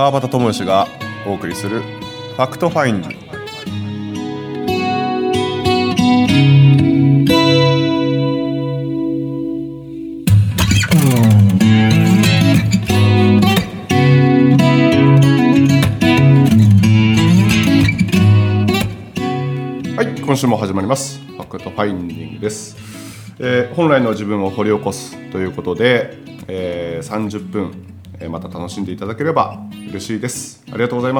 川端智義がお送りするファクトファインディ。はい、今週も始まりますファクトファインディングです。本来の自分を掘り起こすということで、30分、また楽しんでいただければ嬉しいです。ありがとうございます。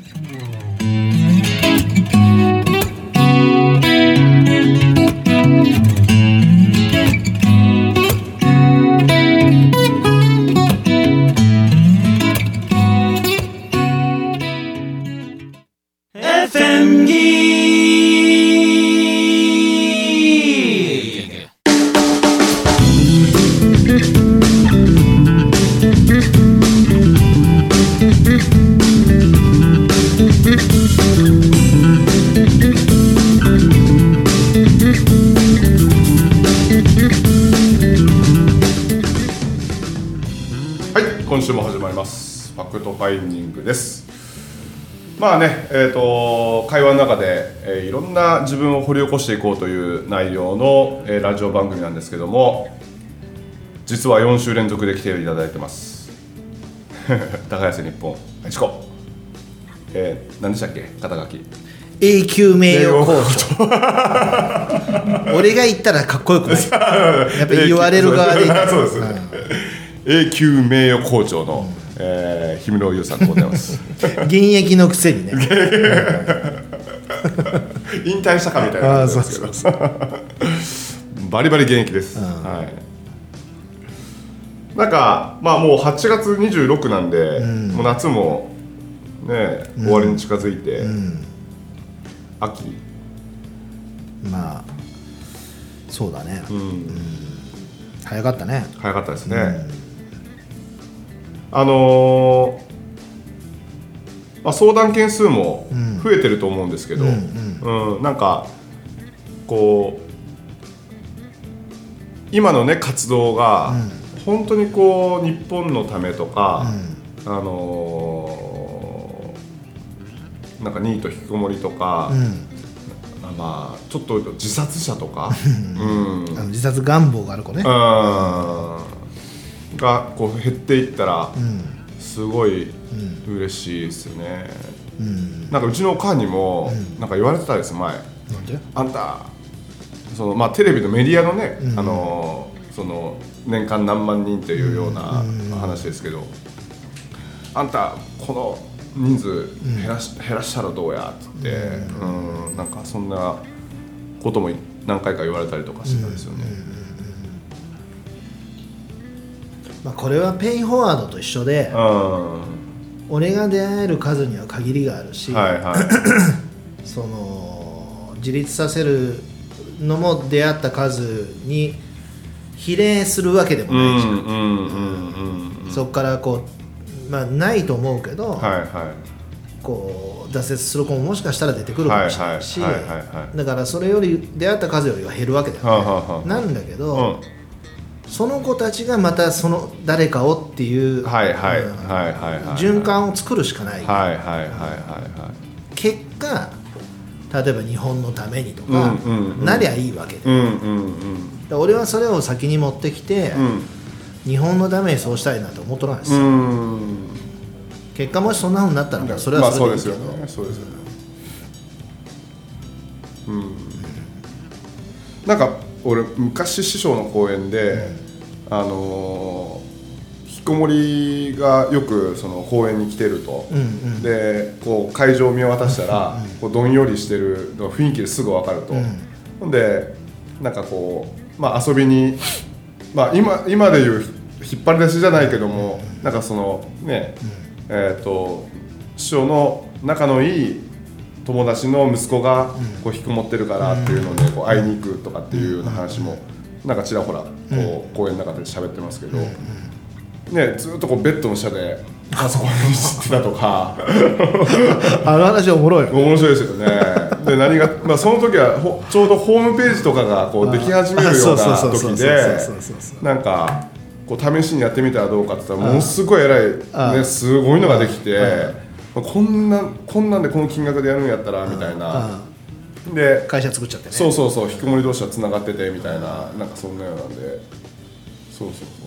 今週も始まりますファクトファインディングです。まあね、会話の中で、いろんな自分を掘り起こしていこうという内容の、ラジオ番組なんですけども、実は4週連続で来ていただいてます高安日本一子、何でしたっけ、肩書き永久名誉校長俺が言ったらかっこよくないやっぱり言われる側で言ったらそうですね、永久名誉校長の、氷室優さんでございます現役のくせにね引退したかみたいな感じですけどそうバリバリ現役です、はい、なんかまあもう8月26なんで、もう夏もね終わりに近づいて、秋まあそうだね、早かったね。 早かったですね、相談件数も増えてると思うんですけど、なんかこう今のね活動が本当にこう日本のためとか、なんかニート引きこもりとか、まあちょっと自殺者とか、 自殺願望がある子ね、 がこう減っていったらすごい嬉しいですよね。なんかうちのおかんにもなんか言われてたです前。なんで？あんたそのまあテレビのメディアのね、その年間何万人というような話ですけど、あんたこの人数減らしたらどうやって言って、なんかそんなことも何回か言われたりとかしてたんですよね。 まあ、これはペインフォワードと一緒で、俺が出会える数には限りがあるし、その自立させるのも出会った数に比例するわけでもないじゃん。そこからこう、まあ、ないと思うけど、こう挫折する子ももしかしたら出てくるかもしれないし、だからそれより出会った数よりは減るわけだよね。なんだけど、その子たちがまたその誰かをっていう循環を作るしかない。結果例えば日本のためにとかなりゃいいわけで、俺はそれを先に持ってきて、日本のためにそうしたいなと思っとらないですよ。結果もしそんな風になったらそれはそれでいいけど、そうですよね。 なんか俺昔師匠の講演で、引きこもりがよくその講演に来てると、でこう会場を見渡したら、こうどんよりしてるの雰囲気ですぐ分かると、ほんでなんかこう、まあ、遊びに、まあ、今でいう引っ張り出しじゃないけども、なんかそのね、師匠の仲のいい友達の息子がこう引きこもってるからっていうのでこう会いに行くとかっていうような話もなんかちらほらこう講演の中で喋ってますけど、ね、ずっとこうベッドの下でパソコンにしてたとかあの話おもろい。 面白いですよね。で何が、まあ、その時はちょうどホームページとかがこうでき始めるような時で、なんかここう試しにやってみたらどうかって言ったらものすごい偉い、ね、すごいのができて、こんなんでこの金額でやるんやったらみたいな、で会社作っちゃってね、 そう引きこもり同士はつながっててみたいな、なんかそんなようなんで、そう、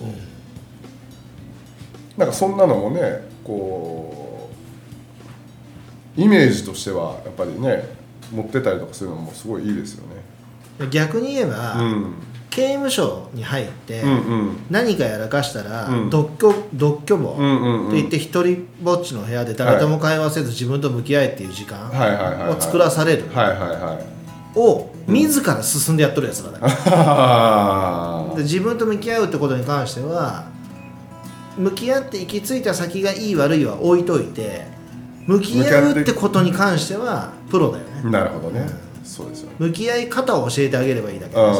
なんかそんなのもね、こうイメージとしてはやっぱりね持ってたりとかするのもすごいいいですよね。 逆に言えば、刑務所に入って、何かやらかしたら、独居房って言って一人ぼっちの部屋で誰とも会話せず自分と向き合えっていう時間を作らされるを自ら進んでやっとるやつらだからで自分と向き合うってことに関しては向き合って行き着いた先がいい悪いは置いといて、向き合うってことに関してはプロだよね。 なるほどね、そうですよね。 向き合い方を教えてあげればいいだけでさ、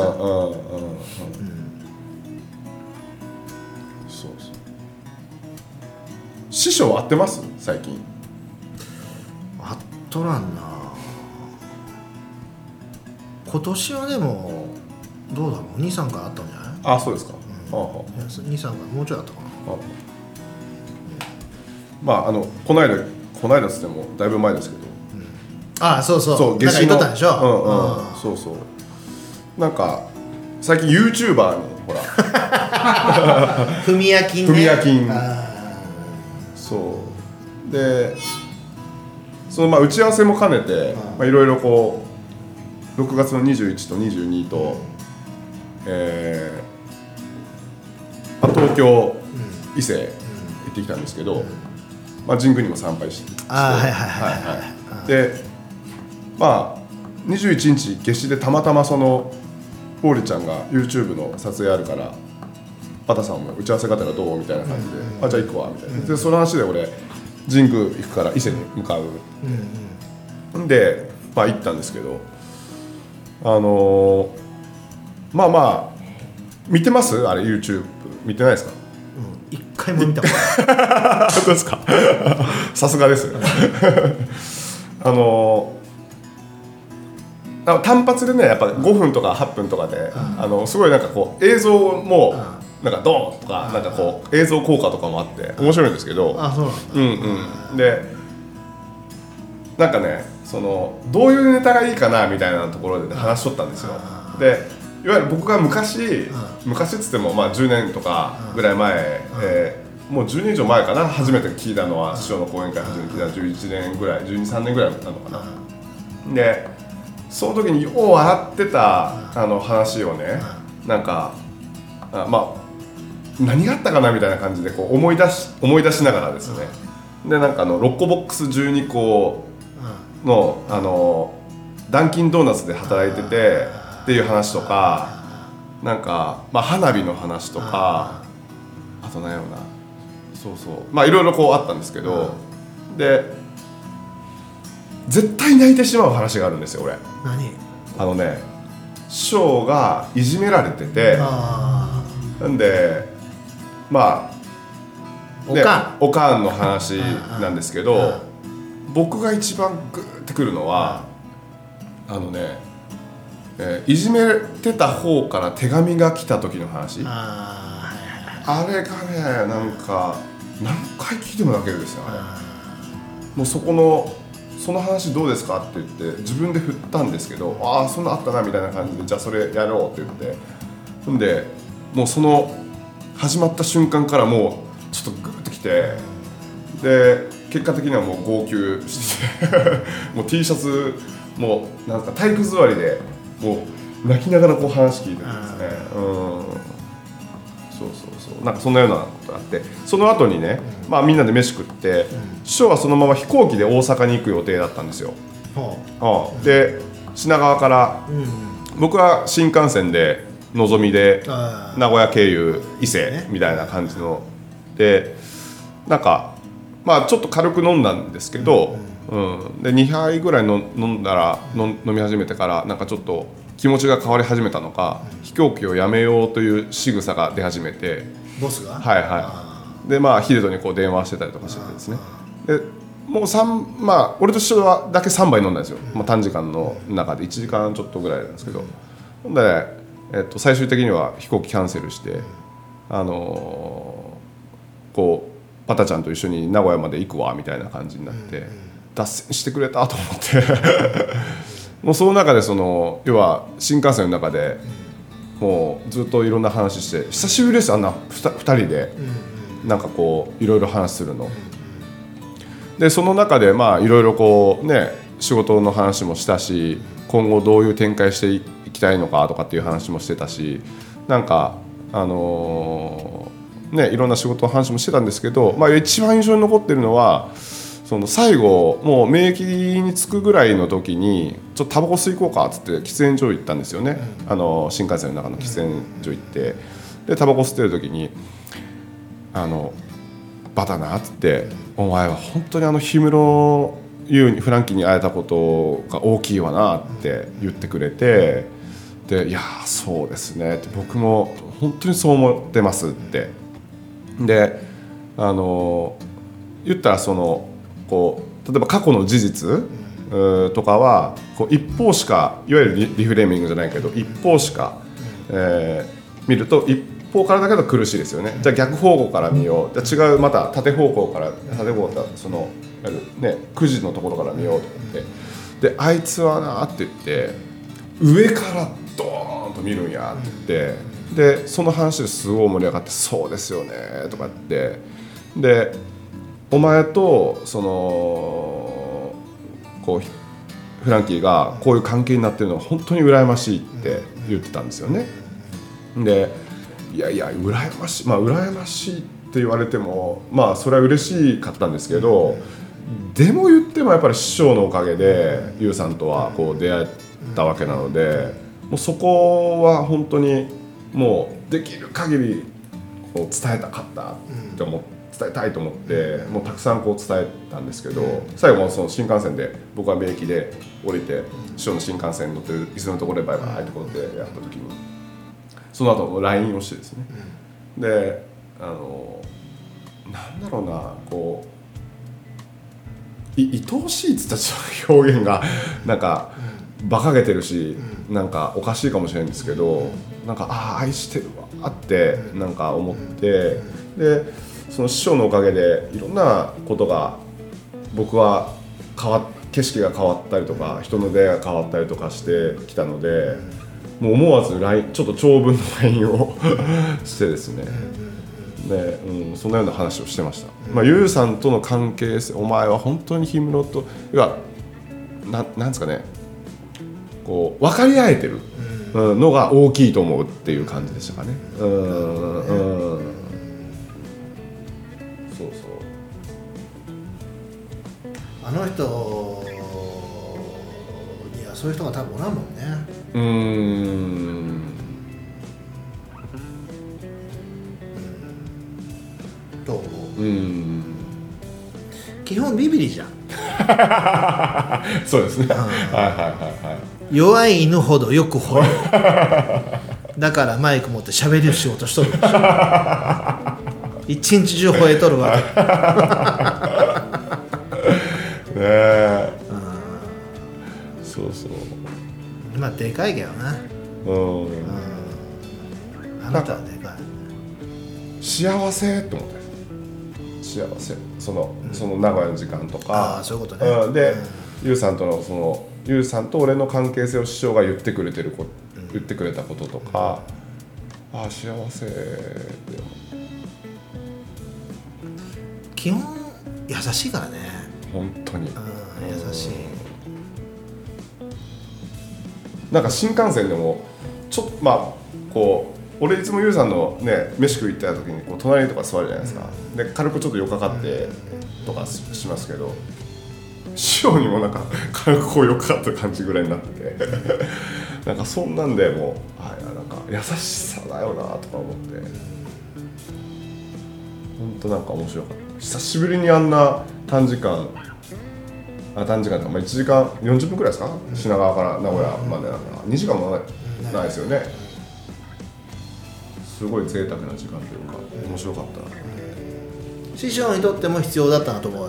そう師匠会ってます最近？ 会っとらんな。今年はでもどうだろう、2、3回あったんじゃない？ あ、そうですか。 2、3回もうちょいあったかな。 まあこの間っつってもだいぶ前ですけど、 そうなんか言っとったんでしょ。 そうなんか最近 YouTuber のほらふみやきんね。 ふみやきん、そうでその打ち合わせも兼ねていろいろこう6月の21と22と、東京、伊勢行ってきたんですけど、神宮にも参拝して、で21日夏至でたまたまそのポーリちゃんが YouTube の撮影あるからパタさんも打ち合わせがてらどうみたいな感じで、じゃあ行くわみたいな、でその話で俺神宮行くから伊勢に向かう、で行ったんですけど、見てます？あれ YouTube 見てないですか？ 一回も見たことない。 どうですか？さすがです。単発でね、やっぱ5分とか8分とかで、すごいなんかこう映像もなんかドーンとかなんかこう映像効果とかもあって面白いんですけど、でなんかね、そのどういうネタがいいかなみたいなところで話しとったんですよ。でいわゆる僕が昔っつっても10年とかぐらい前、もう10年以上前かな、初めて聞いたのは師匠の講演会初めて聞いたのは11年ぐらい12、3年ぐらいなのかな。でその時によう笑ってた話をね、なんか何があったかなみたいな感じでこう思い出しながらですね、でなんかロッコボックス12個のダンキンドーナツで働いててっていう話とか、なんか花火の話とか、あと何やろな、いろいろこうあったんですけど、で絶対泣いてしまう話があるんですよ俺。 何？ 師匠がいじめられてて、なんでおかんの話なんですけど、僕が一番グーってくるのは、いじめてた方から手紙が来た時の話。あれがね、なんか何回聞いても泣けるんですよ。もうその話どうですかって言って自分で振ったんですけど、そんなあったなみたいな感じで、じゃあそれやろうって言って、ほんでもうその始まった瞬間からもうちょっとグッときて、で結果的にはもう号泣してもう T シャツもうなんか体育座りでもう泣きながらこう話聞いてるんですね。なんかそんなようなことがあって、その後にね、みんなで飯食って、師匠はそのまま飛行機で大阪に行く予定だったんですよ。で品川から、僕は新幹線でのぞみで名古屋経由伊勢みたいな感じので、なんかちょっと軽く飲んだんですけど、で2杯ぐらい飲んだら飲み始めてからなんかちょっと気持ちが変わり始めたのか、飛行機をやめようという仕草が出始めて、 ボスがでヒデトにこう電話してたりとかしててですね、でもう俺と一緒だけ3杯飲んだんですよ、短時間の中で1時間ちょっとぐらいなんですけど、ほんで、最終的には飛行機キャンセルして、 こうパタちゃんと一緒に名古屋まで行くわみたいな感じになって、脱線してくれたと思ってもうその中で要は新幹線の中でもうずっといろんな話して、久しぶりです、あんな 2人でなんかこういろいろ話するので、その中でまあいろいろこうね仕事の話もしたし、今後どういう展開していきたいのかとかっていう話もしてたし、なんかいろんな仕事の話もしてたんですけど、まあ、一番印象に残ってるのは最後もう免疫につくぐらいの時にちょっとタバコ吸い行こうかっつって喫煙所行ったんですよね、新幹線の中の喫煙所行って、でタバコ吸ってる時にバタなっつって、お前は本当に氷室優にフランキーに会えたことが大きいわなって言ってくれて、でいやそうですねって、僕も本当にそう思ってますって。で言ったらこう例えば過去の事実とかはこう一方しか、いわゆるリフレーミングじゃないけど一方しか、見ると一方からだけど苦しいですよね。じゃあ逆方向から見よう、じゃあ違うまた縦方向から9時のところから見ようと思って、であいつはなって言って上からドーンと見るんやって言って、でその話ですごい盛り上がって、そうですよねとかって、でお前とこうフランキーがこういう関係になってるのは本当に羨ましいって言ってたんですよね。でいやいや羨ましい、まあ羨ましいって言われてもまあそれは嬉しかったんですけど、でも言ってもやっぱり師匠のおかげでユウさんとはこう出会えたわけなので、もうそこは本当にもうできる限りこう伝えたかったって伝えたいと思ってもうたくさんこう伝えたんですけど、最後も新幹線で僕は名駅で降りて師匠の新幹線に乗ってる椅子のところでバイバイってことでやった時に、その後も LINE をしてですね、でなんだろうな、こう愛おしいっつったら表現がなんか馬鹿げてるし、なんかおかしいかもしれないんですけど、なんか愛してるわってなんか思って、でその師匠のおかげでいろんなことが僕は景色が変わったりとか人の出会いが変わったりとかしてきたので、もう思わず LINE ちょっと長文の LINE をしてですね、で、そのような話をしてました。まあ、ユウさんとの関係性、お前は本当に氷室となんですかね、こう分かり合えてるのが大きいと思うっていう感じでしたかね。そうそう、 あの人にはそういう人が多分おらんもんね。と思う。基本ビビリじゃん。 そうですね。 弱い犬ほどよく吠える。だからマイク持って喋る仕事しとるでしょ。一日中吠えとるわけ。 ねえ。そうそう。 まあでかいけどな。あなたはでかい。 幸せって思って。幸せ。その名古屋の時間とか。 そういうことね。 で、ユウさんとのユウさんと俺の関係性を師匠が言ってくれたこととか、幸せって。 基本優しいからね。 本当に。 優しい。 なんか新幹線でもまあこう俺いつもユウさんのね飯食い行った時にこう隣とか座るじゃないですか。で軽くちょっと寄っかかってとかしますけど、師匠にもなんか軽くこう寄っかかった感じぐらいになっててなんかそんなんでもうなんか優しさだよなとか思って、本当なんか面白かった。久しぶりにあんな短時間とか、1時間40分くらいですか、品川から名古屋までなんか2時間もないですよね。すごい贅沢な時間というか面白かった。 師匠にとっても必要だったなと思うよ。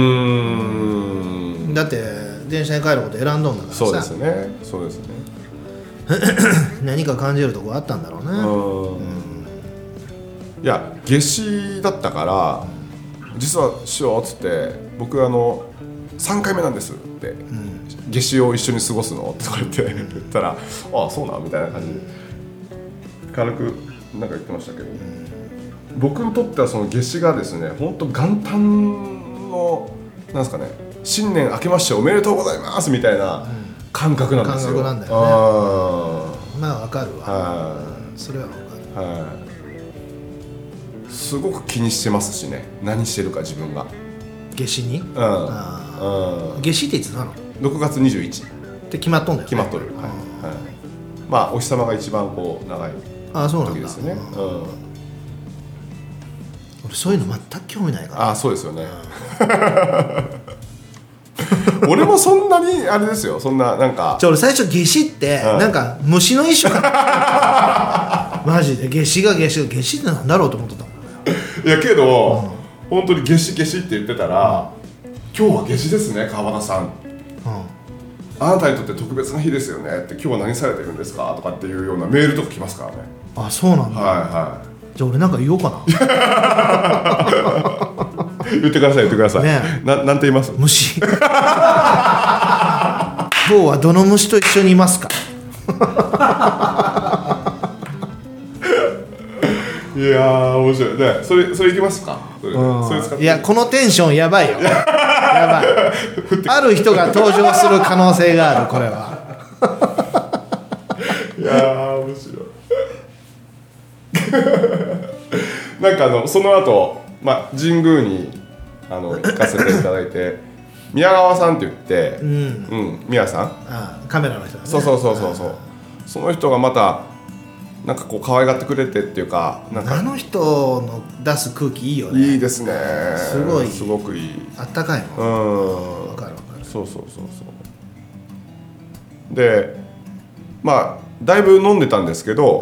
だって電車に帰ること選んどんだからさ。 そうですね、そうですね。 何か感じるとこあったんだろうね。 いや夏至だったから実は師匠っつって僕3回目なんですって、夏至を一緒に過ごすのとか言ったらああそうなみたいな感じで軽くなんか言ってましたけど、僕にとってはその夏至がですね本当元旦のなんですかね新年明けましておめでとうございますみたいな感覚なんですよ。 感覚なんだよね。まあわかるわ。それはわかる。 すごく気にしてますしね、何してるか自分が。 夏至に？夏至っていつなの ？6月21 って決まっとんだよね。 決まっとる。まあお日様が一番こう長い時ですね。 俺そういうの全く興味ないから。 そうですよね。俺もそんなにあれですよ、そんななんか俺最初夏至ってなんか虫の一種かマジで夏至ってなんだろうと思ってたもん。 いやけど、本当に夏至って言ってたら、今日は夏至ですね川端さん、あなたにとって特別な日ですよねって、今日は何されてるんですかとかっていうようなメールとか来ますからね。 そうなんだ。じゃあ俺なんか言おうかな。 言ってくださいね。なんて言います？ 虫。今日はどの虫と一緒にいますか？ いやー面白いね。それいきますか？それ使って。 いやこのテンションやばいよ。やばい。ある人が登場する可能性があるこれは。 いやー面白い。なんかその後、神宮に行かせていただいて宮川さんって言って、宮さん、 カメラの人だね。 そうその人がまたなんかこう可愛がってくれてっていうか、なんかあの人の出す空気いいよね。 いいですね。すごくいい。 あったかいもん。わかる。 そうでだいぶ飲んでたんですけど、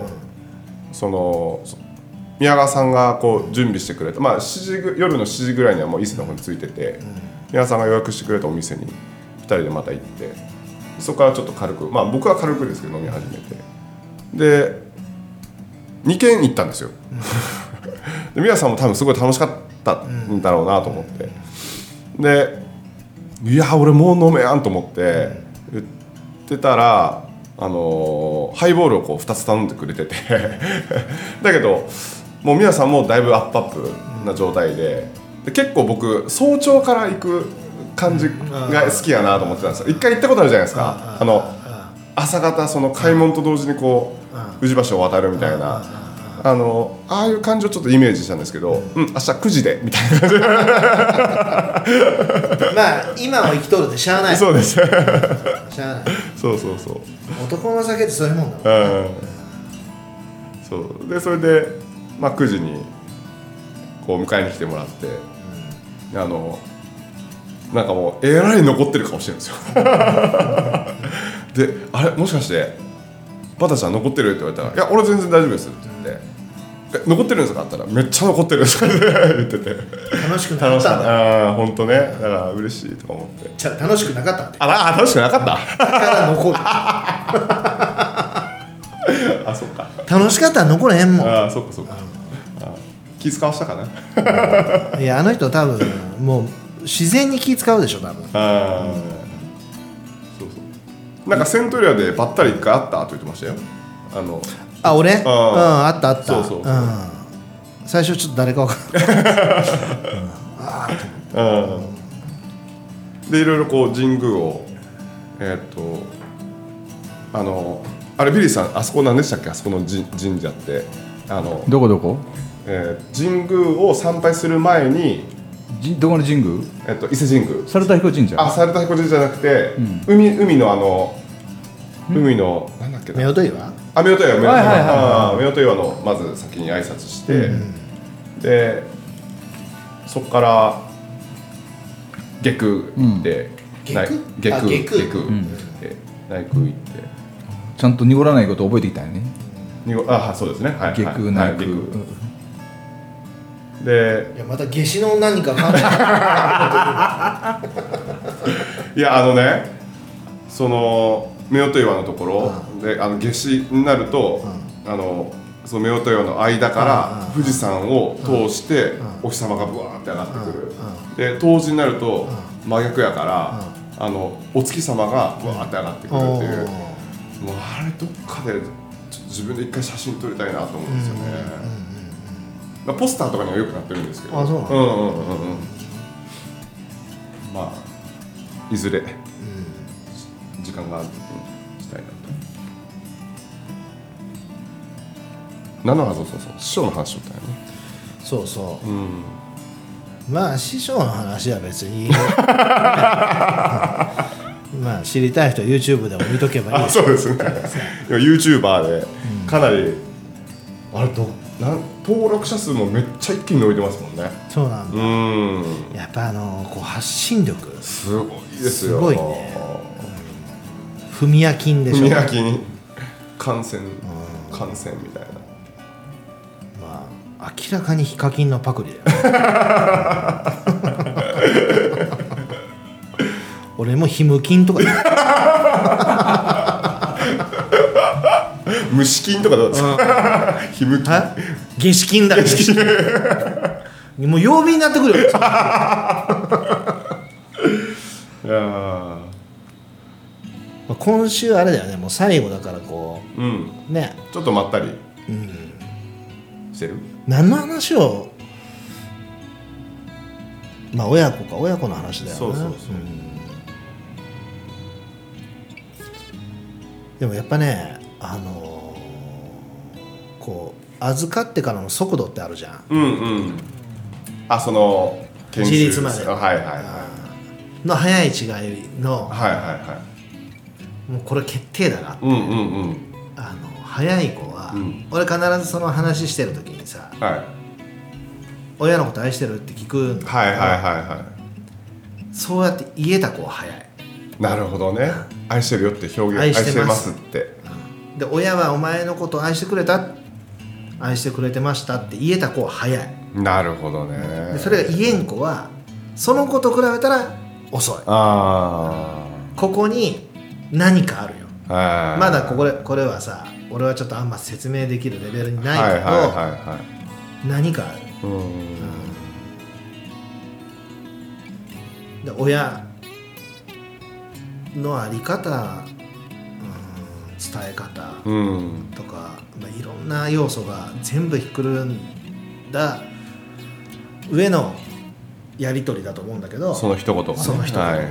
宮川さんがこう準備してくれて、夜の7時ぐらいにはもう伊勢の方に着いてて、宮川さんが予約してくれたお店に2人でまた行って、そこからちょっと軽く、僕は軽くですけど飲み始めて、で2軒行ったんですよ。で宮川さんも多分すごい楽しかったんだろうなと思って、でいや俺もう飲めやんと思って言ってたら、ハイボールをこう2つ頼んでくれててだけどもう皆さんもだいぶアップな状態で、結構僕早朝から行く感じが好きやなと思ってたんですよ。一回行ったことあるじゃないですか。朝方その開門と同時にこう宇治橋を渡るみたいな、ああいう感じをちょっとイメージしたんですけど、明日9時でみたいな感じ今も生きとるでしゃあない。 そうですしゃあない。 そう男の酒ってそういうもんだもんね。 そうでそれで、9時にこう迎えに来てもらって、なんかもうえらい残ってる顔してるんですよで、あれもしかしてバタちゃん残ってるって言われたら、いや俺全然大丈夫ですって言って、残ってるんですかって言ったら、めっちゃ残ってるんですかって言ってて、 楽しくなかったんだ。 本当ね、だから嬉しいとか思って。 じゃあ楽しくなかったって。 楽しくなかっただから残るそっか、 楽しかったら残れへんもん。 そっか気遣わしたかな。 いやあの人多分もう自然に気使うでしょ多分。 なんかセントリアでばったり一回会ったと言ってましたよ。 俺？あった。 そう最初ちょっと誰か分からないでいろいろこう神宮をあれビリーさん、あそこ何でしたっけ、あそこの神社ってどこ？ 神宮を参拝する前にどこの神宮？ 伊勢神宮。 猿田彦神社。 猿田彦神社じゃなくて、海の海のなんだっけな。 夫婦岩？ 夫婦岩のまず先に挨拶して、でそこから下宮で下宮行って内宮行って、 ちゃんと濁らないことを覚えてきたよね。 そうですね。 下宮内宮。 で、 いやまた夏至の何か考えいやその夫婦岩のところで夏至になると、 その夫婦岩の間から富士山を通してお日様がブワーって上がってくる、で冬至になると真逆やから、お月様がブワーって上がってくるっていう、もうあれどっかでちょっと自分で一回写真撮りたいなと思うんですよね。ポスターとかにはよくなってるんですけど、 あ、そうなんだ。 まあいずれ、時間がある時にしたいなと。何の話？そう師匠の話しとったよね。 そうそう、まあ師匠の話は別にまあ知りたい人は YouTube でも見とけばいい。 そうですね。今 YouTuber でかなり、あれ登録者数もめっちゃ一気に伸びてますもんね。 そうなんだ。やっぱこう発信力すごいですよ。 すごいね。踏みやきんでしょ。 踏みやきん感染みたいな。 まあ明らかにヒカキンのパクリだよ、俺もヒムキンとか虫菌とかどうですか？ヒムキン、 ゲシキンだ。もう曜日になってくるよ。 いや今週あれだよね、もう最後だからこう、ね、 ちょっとまったりしてる。 何の話を、まあ親子の話だよね。 そう、 でもやっぱね、こう預かってからの速度ってあるじゃん。 その研修自立までの早い違いの、もうこれ決定だなって。早い子は、俺必ずその話してる時にさ、親のこと愛してるって聞くんだけど、そうやって言えた子は早い。 なるほどね。愛してるよって表現、愛してますって、 で親はお前のことを愛してくれた、愛してくれてましたって言えた子は早い。 なるほどね。 でそれが言えん子はその子と比べたら遅い。ここに何かあるよ。まだこれはさ、俺はちょっとあんま説明できるレベルにないけど、何かある。で親のあり方、伝え方とか、いろんな要素が全部ひっくるんだ上のやり取りだと思うんだけど、 その一言がね、 その一言は、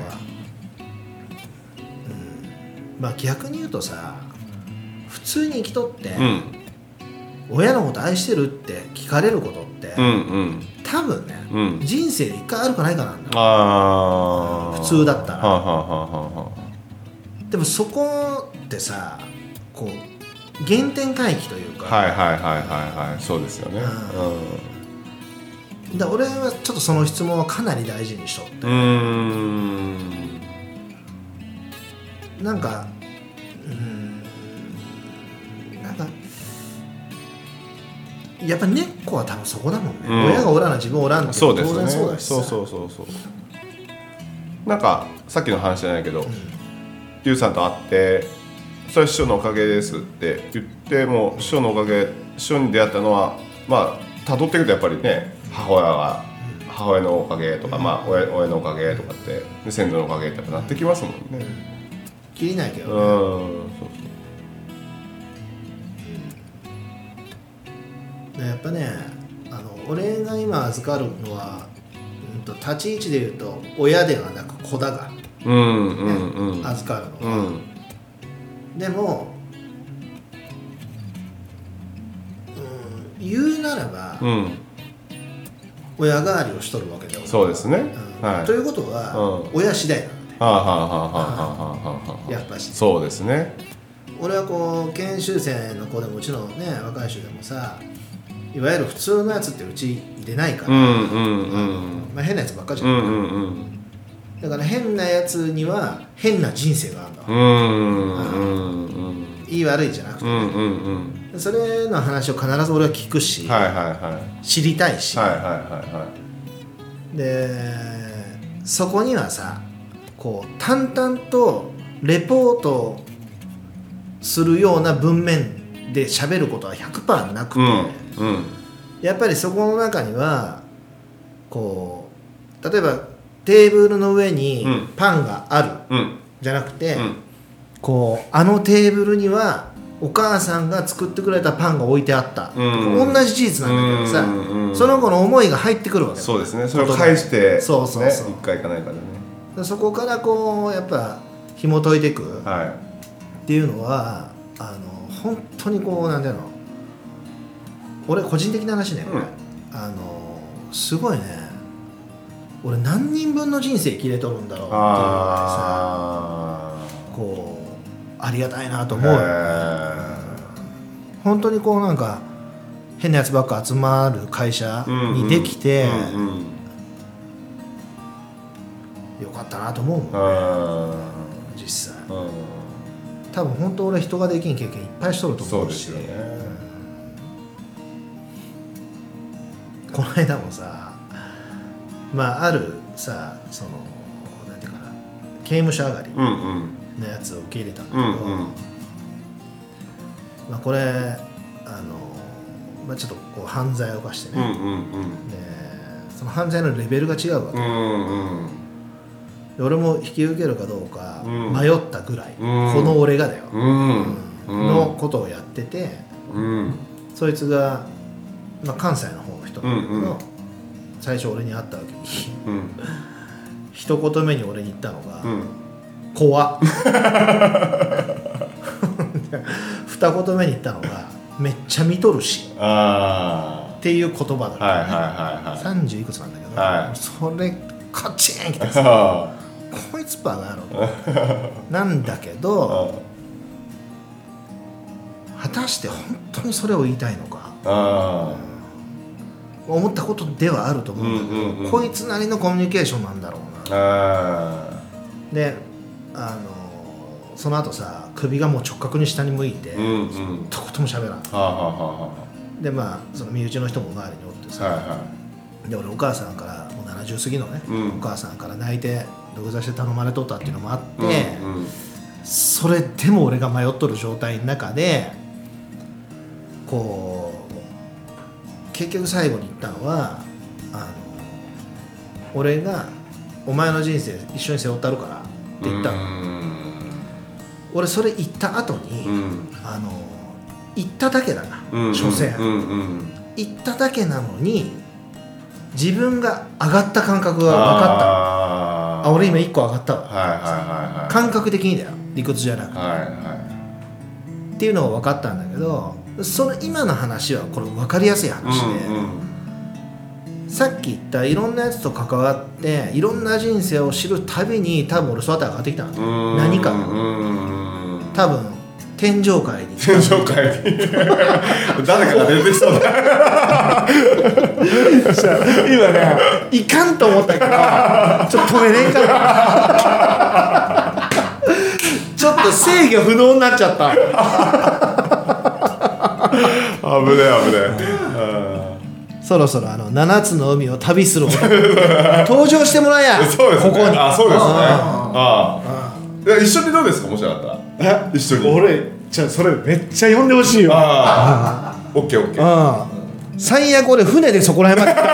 まあ逆に言うとさ、普通に生きとって、親のこと愛してるって聞かれることって、多分ね、人生で一回あるかないかなんだ。普通だったら。でもそこってさ、こう原点回帰というか、 そうですよね。 で俺はちょっとその質問はかなり大事にしとって、なんかやっぱ根っこは多分そこだもんね。親がおらな自分おらんって当然そうだしさ。 そうなんかさっきの話じゃないけど、リュウさんと会ってそれは師匠のおかげですって言っても、師匠のおかげ、師匠に出会ったのはまあ辿っていくとやっぱりね、母親のおかげとか、親のおかげとかって先祖のおかげってやっぱなってきますもんね。 切りないけどね。やっぱね、俺が今預かるのは、立ち位置で言うと親ではなく子だが、預かるのは、でも、言うならば、親代わりをしとるわけでは。 そうですね。 ということは、親次第なんで。やっぱし。 そうですね。 俺はこう研修生の子でもうちのね若い人でもさ、いわゆる普通のやつってうち入れないから、変なやつばっかじゃん。だから変なやつには変な人生があるんだ。いい悪いじゃなくてね、それの話を必ず俺は聞くし、知りたいし、でそこにはさ、こう淡々とレポートするような文面で喋ることは 100% なくて、 うんうん、 やっぱりそこの中にはこう例えばテーブルの上にパンがある、 うん、 じゃなくて、 うん、 こうあのテーブルにはお母さんが作ってくれたパンが置いてあった、同じ事実なんだけどさ、その子の思いが入ってくるわけだ。 そうですね、それを返して、ね、 そうそうそう、 一回いかないからね。 そこからこうやっぱ紐解いていくっていうのは、本当にこうなんていうの、俺個人的な話ね、これ、すごいね、俺何人分の人生生きれとるんだろうっていうのがさ、こうありがたいなと思うよね。本当にこうなんか変なやつばっか集まる会社にできて、よかったなと思うもんね、実際。多分本当俺人ができん経験いっぱいしとると思うし。そうですよね。この間もさ、まああるさ、そのなんていうかな、刑務所上がりのやつを受け入れたんだけど、まあこれまあ、ちょっとこう犯罪を犯してね、でその犯罪のレベルが違うわけ、で俺も引き受けるかどうか迷ったぐらい、この俺がだよ、のことをやってて、そいつが、まあ、関西の方の人なんだけど、最初俺に会った時に、一言目に俺に言ったのが、怖っ二言目に言ったのが、めっちゃ見とるしっていう言葉だったね。30いくつなんだけど、それカチンきてさ、こいつバカ野郎なんだけど、果たして本当にそれを言いたいのか、思ったことではあると思うんだけど、こいつなりのコミュニケーションなんだろうな。でその後さ、首がもう直角に下に向いて、一言も喋らん。でまあその身内の人も周りにおってさ、で俺お母さんからもう70過ぎのね、お母さんから泣いて土下座して頼まれとったっていうのもあって、それでも俺が迷っとる状態の中で、こう結局最後に言ったのは、俺がお前の人生一緒に背負ってあるからって言ったの。俺それ言った後に、言っただけだな、所詮、言っただけなのに自分が上がった感覚が分かった。俺今1個上がったわ、感覚的にだよ、理屈じゃなくて、っていうのが分かったんだけど、その今の話はこれ分かりやすい話で、さっき言ったいろんなやつと関わっていろんな人生を知るたびに、多分俺そうやって上がってきたんだよ、何か多分天上界に誰かが出てきそうだ今ね、いかんと思ったけどちょっと止めれんかなちょっと制御不能になっちゃった危ねえ。 そろそろ7つの海を旅する登場してもらえや。 そうですね、 ここに。 そうですね。一緒にどうですか、もしあったら。一緒に。 俺それめっちゃ呼んでほしいよ。 オッケー。 最悪俺船でそこら辺まで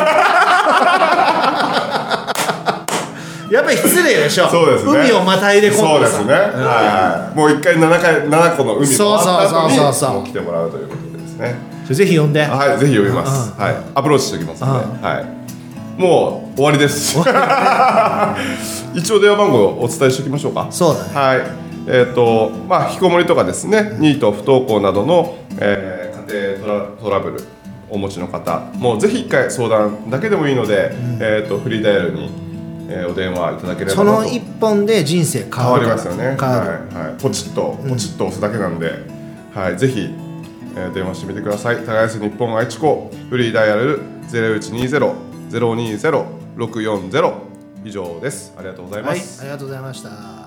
やっぱり失礼でしょ。そうですね。海をまたいでこんでさ。 そうですね。もう一回7個の海を回った後にもう来てもらうということですね。 ぜひ呼んで。 はい、ぜひ呼びます。アプローチしておきますので。もう終わりです。一応電話番号をお伝えしておきましょうか。 そうだね。 はい。まあ引きこもりとかですね、ニート、不登校などの、家庭トラブルお持ちの方、もうぜひ一回相談だけでもいいので、フリーダイヤルに、お電話いただければその一本で人生変わる。 変わりますよね。ポチッと押すだけなんで、ぜひ、電話してみてください。耕す日本愛知校フリーダイヤル 0120-020-640 以上です。ありがとうございます。 ありがとうございました。